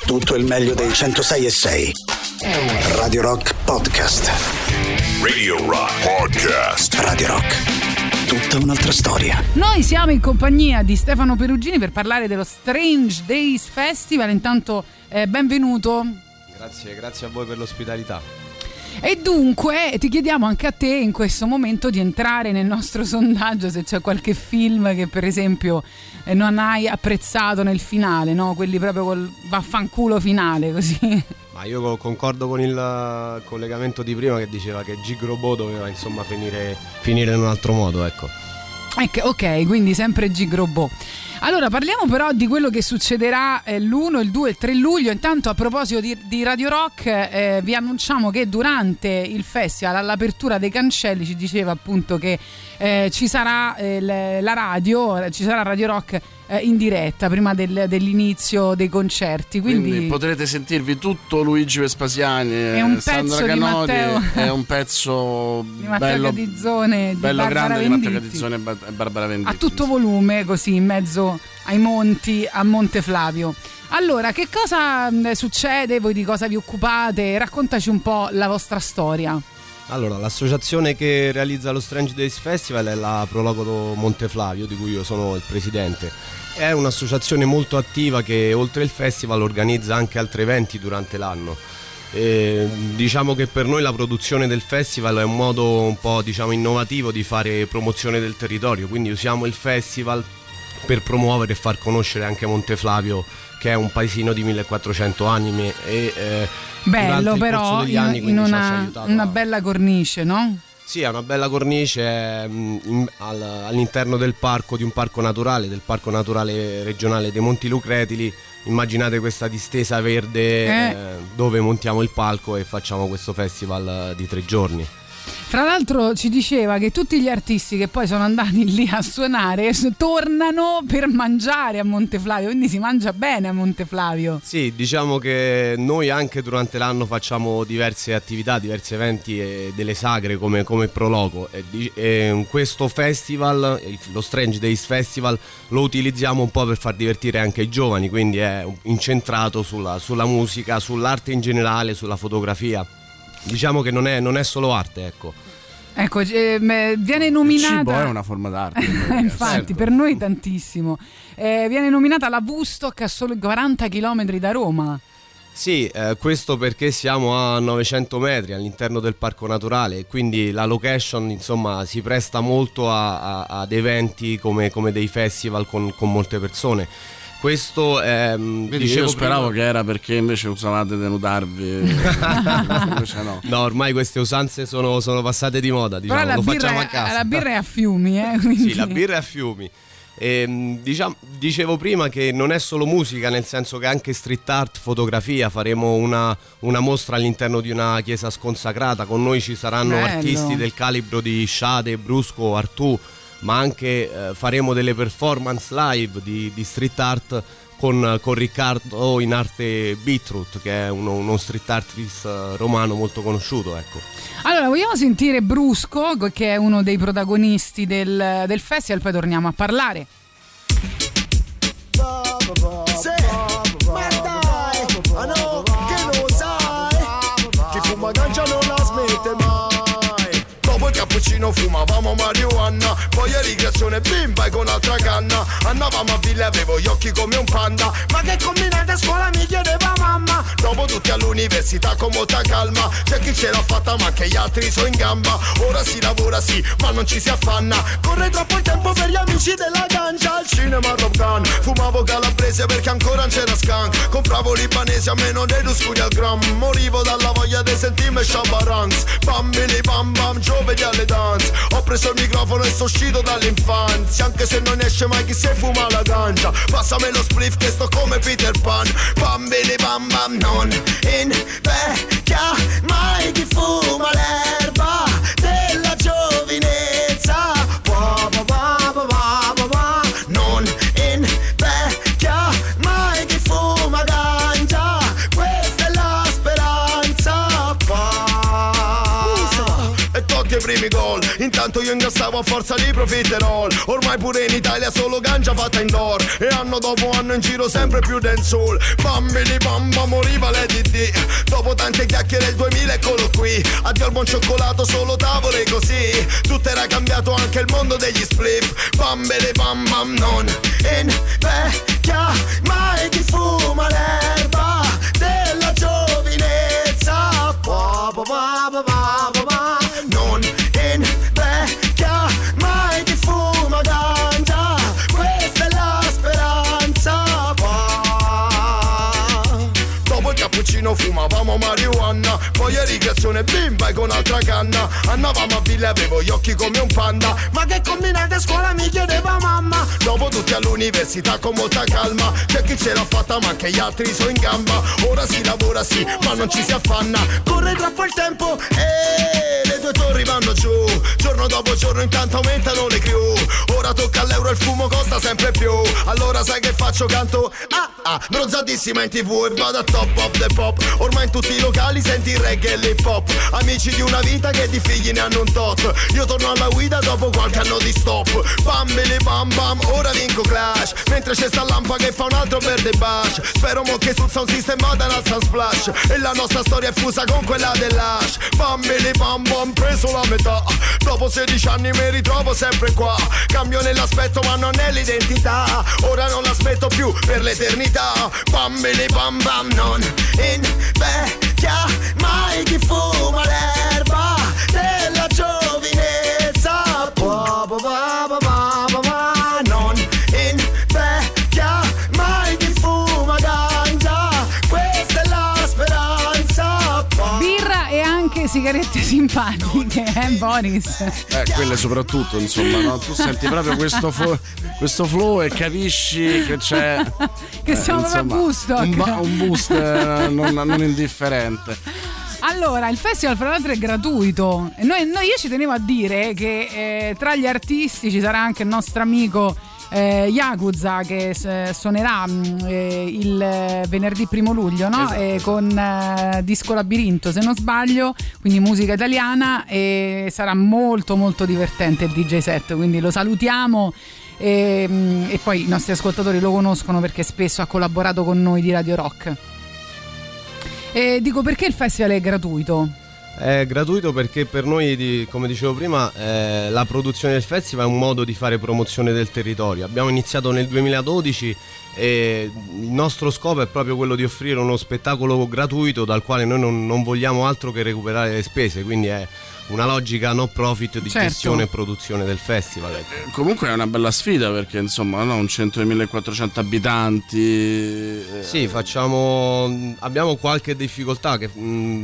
Tutto il meglio dei 106.6. Radio Rock Podcast. Radio Rock Podcast. Radio Rock. Tutta un'altra storia. Noi siamo in compagnia di Stefano Perugini per parlare dello Strange Days Festival. Intanto benvenuto. Grazie a voi per l'ospitalità. E dunque ti chiediamo anche a te in questo momento di entrare nel nostro sondaggio, se c'è qualche film che per esempio non hai apprezzato nel finale, no? Quelli proprio col vaffanculo finale, così. Ma io concordo con il collegamento di prima che diceva che Gigrobo doveva insomma finire in un altro modo, ecco. Ok, quindi sempre Gigrobo. Allora parliamo però di quello che succederà l'1, il 2 e il 3 luglio. Intanto a proposito di Radio Rock vi annunciamo che durante il festival, all'apertura dei cancelli, ci diceva appunto che ci sarà la radio, ci sarà Radio Rock in diretta prima dell'inizio dei concerti, quindi potrete sentirvi tutto Luigi Vespasiani e Sandra Canodi, è un pezzo di Matteo Catizzone, bello grande Venditti, di Matteo Catizzone e Barbara Venditti a tutto volume, così in mezzo ai monti a Monte Flavio. Allora, che cosa succede? Voi di cosa vi occupate? Raccontaci un po' la vostra storia. Allora, l'associazione che realizza lo Strange Days Festival è la Prologo Monte Flavio, di cui io sono il presidente. È un'associazione molto attiva che oltre il festival organizza anche altri eventi durante l'anno. Diciamo che per noi la produzione del festival è un modo un po' innovativo di fare promozione del territorio, quindi usiamo il festival per promuovere e far conoscere anche Monte Flavio, che è un paesino di 1400 anime e bello però degli anni, in una bella cornice, no? Sì, è una bella cornice all'interno del parco, di un parco naturale, del Parco Naturale Regionale dei Monti Lucretili. Immaginate questa distesa verde dove montiamo il palco e facciamo questo festival di 3 giorni. Fra l'altro ci diceva che tutti gli artisti che poi sono andati lì a suonare tornano per mangiare a Monte Flavio, quindi si mangia bene a Monte Flavio. Sì, diciamo che noi anche durante l'anno facciamo diverse attività, diversi eventi e delle sagre come Prologo e questo festival, lo Strange Days Festival, lo utilizziamo un po' per far divertire anche i giovani, quindi è incentrato sulla musica, sull'arte in generale, sulla fotografia. Diciamo che non è solo arte, ecco. Ecco, viene nominata. Il cibo è una forma d'arte. Infatti, certo. Per noi tantissimo. Viene nominata la Woodstock a solo 40 km da Roma. Sì, questo perché siamo a 900 metri all'interno del parco naturale, quindi la location insomma si presta molto ad eventi come dei festival con molte persone. Questo io speravo che era perché invece usavate denudarvi. Invece no. No, ormai queste usanze sono passate di moda, diciamo. Però lo facciamo a casa. La birra è a fiumi, quindi. Sì, la birra è a fiumi. Dicevo prima che non è solo musica, nel senso che anche street art, fotografia. Faremo una mostra all'interno di una chiesa sconsacrata. Con noi ci saranno artisti del calibro di Sade, Brusco, Artù, ma anche faremo delle performance live di street art con Riccardo in arte Beetroot, che è uno street artist romano molto conosciuto, ecco. Allora, vogliamo sentire Brusco, che è uno dei protagonisti del festival, poi torniamo a parlare. Cappuccino fumavamo marijuana, poi eri creazione bimba e con altra canna. Andavamo a ville, avevo gli occhi come un panda. Ma che combinate a scuola mi chiedeva mamma. Dopo tutti all'università con molta calma. C'è chi ce l'ha fatta ma anche gli altri sono in gamba. Ora si lavora sì, ma non ci si affanna. Corre troppo il tempo per gli amici della ganja. Al cinema Top Gun, fumavo calabrese perché ancora non c'era skunk. Compravo libanese a meno dei 2 scudi al gram. Morivo dalla voglia di sentirmi Shabarangs. Bambini bam bam, giovedì alle dance. Ho preso il microfono e sono uscito dall'infanzia. Anche se non esce mai chi se fuma la ganja. Passami lo spliff che sto come Peter Pan. Bambini bam bam, non invecchia mai chi fuma l'erba della giovinezza. Non invecchia mai chi fuma ganja. Questa è la speranza. E totti i primi gol, intanto io ingrassavo a forza di profiterol. Ormai pure in Italia solo ganja fatta indoor. E anno dopo anno in giro sempre più dancehall. Bambini bam bam, ma moriva l'EDD. Dopo tante chiacchiere il 2000 eccolo qui. Addio al buon cioccolato, solo tavole così. Tutto era cambiato, anche il mondo degli spliff. Bambele bam bam, non invecchia mai chi fuma l'erba della giovinezza. Non invecchia mai chi fuma ganja, questa è la speranza. Dopo il cappuccino fumavamo marijuana, poi eri creazione bimba e con altra canna. Andavamo a ville, avevo gli occhi come un panda. Ma che combinate a scuola mi chiedeva mamma. Dopo tutti all'università con molta calma. C'è chi ce l'ha fatta ma anche gli altri sono in gamba. Ora si lavora sì, ma non ci si affanna. Corre troppo il tempo e le due torri vanno giù. Giorno dopo giorno intanto aumentano le crew. Ora tocca all'euro, il fumo costa sempre più. Allora sai che faccio? Canto bronzatissima in TV e vado a top of the pop. Ormai in tutti i locali senti il reggae e l'hip hop. Amici di una vita che di figli ne hanno un tot. Io torno alla guida dopo qualche anno di stop. Bambili bam bam, ora vinco Clash. Mentre c'è sta lampa che fa un altro verde bash. Spero mo che sul sound system vada un alza splash. E la nostra storia è fusa con quella dell'Ash. Bambili bam bam, preso la metà. Dopo 16 anni mi ritrovo sempre qua. Cambio nell'aspetto ma non è l'identità. Ora non l'aspetto più per l'eternità. Bambili bam bam, non invecchia mai chi fuma l'erba della giovinezza. Non invecchia mai chi fuma ganja, questa è la speranza. Birra e anche sigarette simpatiche, Boris? Quelle soprattutto, insomma, no? Tu senti proprio questo flow e capisci che c'è che siamo proprio a gusto. Un boost non indifferente. Allora, il festival fra l'altro è gratuito. Io ci tenevo a dire che tra gli artisti ci sarà anche il nostro amico Yakuza che suonerà il venerdì 1 luglio, no? Esatto. Con Disco Labirinto, se non sbaglio, quindi musica italiana, e sarà molto molto divertente il DJ set, quindi lo salutiamo. E poi i nostri ascoltatori lo conoscono perché spesso ha collaborato con noi di Radio Rock. E dico, perché il festival è gratuito? È gratuito perché per noi, come dicevo prima, la produzione del festival è un modo di fare promozione del territorio. Abbiamo iniziato nel 2012 e il nostro scopo è proprio quello di offrire uno spettacolo gratuito dal quale noi non vogliamo altro che recuperare le spese, quindi è una logica no profit di gestione e produzione del festival. Comunque è una bella sfida perché insomma, no, un centro di 1400 abitanti. Sì, abbiamo qualche difficoltà che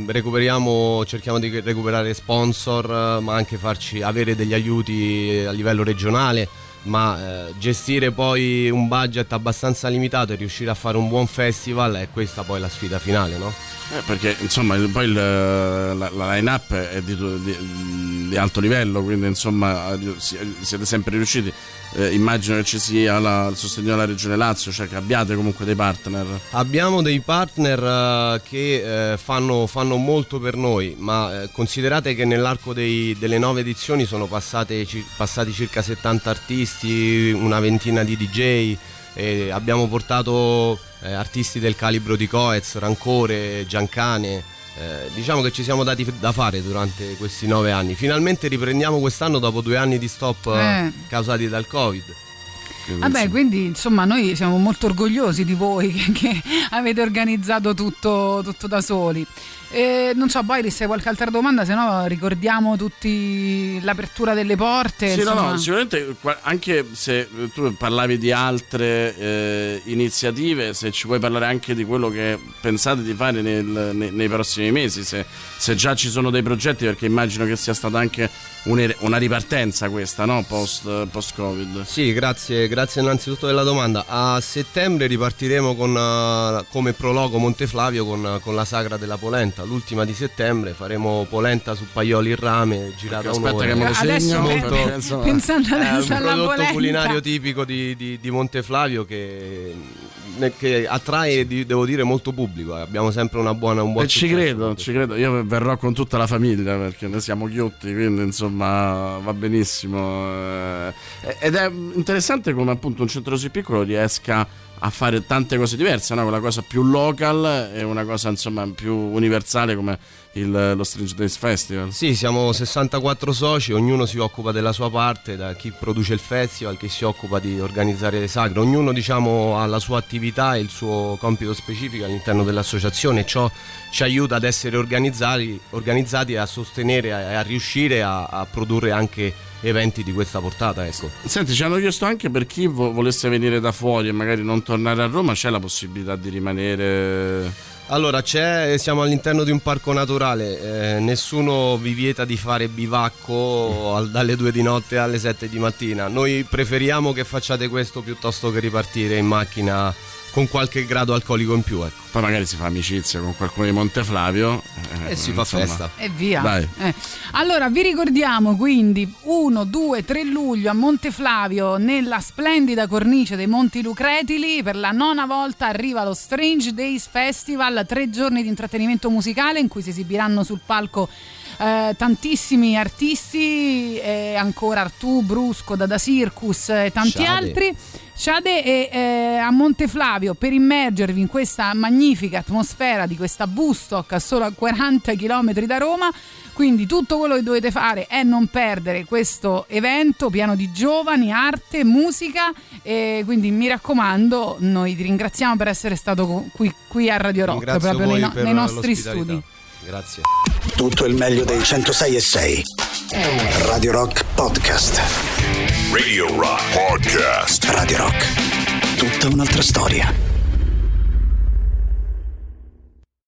cerchiamo di recuperare sponsor, ma anche farci avere degli aiuti a livello regionale, ma gestire poi un budget abbastanza limitato e riuscire a fare un buon festival è questa poi la sfida finale, no? Perché insomma poi la line-up è di alto livello, quindi insomma siete sempre riusciti. Immagino che ci sia il sostegno della Regione Lazio, cioè che abbiate comunque dei partner. Abbiamo dei partner che fanno molto per noi, ma considerate che nell'arco delle 9 edizioni sono passati circa 70 artisti, una ventina di DJ. Abbiamo portato artisti del calibro di Coez, Rancore, Giancane. Diciamo che ci siamo dati da fare durante questi 9 anni. Finalmente riprendiamo quest'anno dopo 2 anni di stop causati dal Covid. Vabbè, quindi insomma noi siamo molto orgogliosi di voi che avete organizzato tutto da soli. Non so, poi se hai qualche altra domanda, se no ricordiamo tutti l'apertura delle porte. Sì, insomma. no, sicuramente, anche se tu parlavi di altre iniziative, se ci puoi parlare anche di quello che pensate di fare nei prossimi mesi, se già ci sono dei progetti, perché immagino che sia stata anche una ripartenza questa, no? Post-Covid. Sì, grazie innanzitutto della domanda. A settembre ripartiremo come prologo Monteflavio con la Sagra della Polenta. L'ultima di settembre faremo polenta su paioli in rame, girata un'ora. Aspetta che me lo segno. Pensando adesso alla prodotto polenta culinario tipico di Monteflavio che attrae, devo dire, molto pubblico. Abbiamo sempre un buon ci credo. Io verrò con tutta la famiglia perché noi siamo ghiotti, quindi insomma va benissimo. Ed è interessante come appunto un centro così piccolo riesca a fare tante cose diverse, no? Una cosa più local e una cosa insomma più universale come lo Strange Days Festival. Sì, siamo 64 soci, ognuno si occupa della sua parte, da chi produce il festival, chi si occupa di organizzare le sagre, ognuno diciamo ha la sua attività e il suo compito specifico all'interno dell'associazione, e ciò ci aiuta ad essere organizzati e a sostenere e a riuscire a produrre anche eventi di questa portata, ecco. Senti, ci hanno chiesto anche per chi volesse venire da fuori e magari non tornare a Roma, c'è la possibilità di rimanere? Allora, siamo all'interno di un parco naturale, nessuno vi vieta di fare bivacco dalle 2 di notte alle 7 di mattina. Noi preferiamo che facciate questo piuttosto che ripartire in macchina con qualche grado alcolico in più, ecco. Poi magari si fa amicizia con qualcuno di Monteflavio e si fa festa e via. Dai. Allora vi ricordiamo quindi 1, 2, 3 luglio a Monteflavio, nella splendida cornice dei Monti Lucretili, per la 9ª volta arriva lo Strange Days Festival, 3 giorni di intrattenimento musicale in cui si esibiranno sul palco tantissimi artisti, ancora Artù, Brusco, Dada Circus e tanti altri. Ciade e a Monteflavio, per immergervi in questa magnifica atmosfera di questa Woodstock a solo 40 km da Roma. Quindi tutto quello che dovete fare è non perdere questo evento pieno di giovani, arte, musica, e quindi mi raccomando, noi ti ringraziamo per essere stato qui a Radio Rock. Ringrazio proprio voi nei nostri studi. Grazie. Tutto il meglio dei 106.6 Radio Rock Podcast. Radio Rock Podcast. Radio Rock, tutta un'altra storia.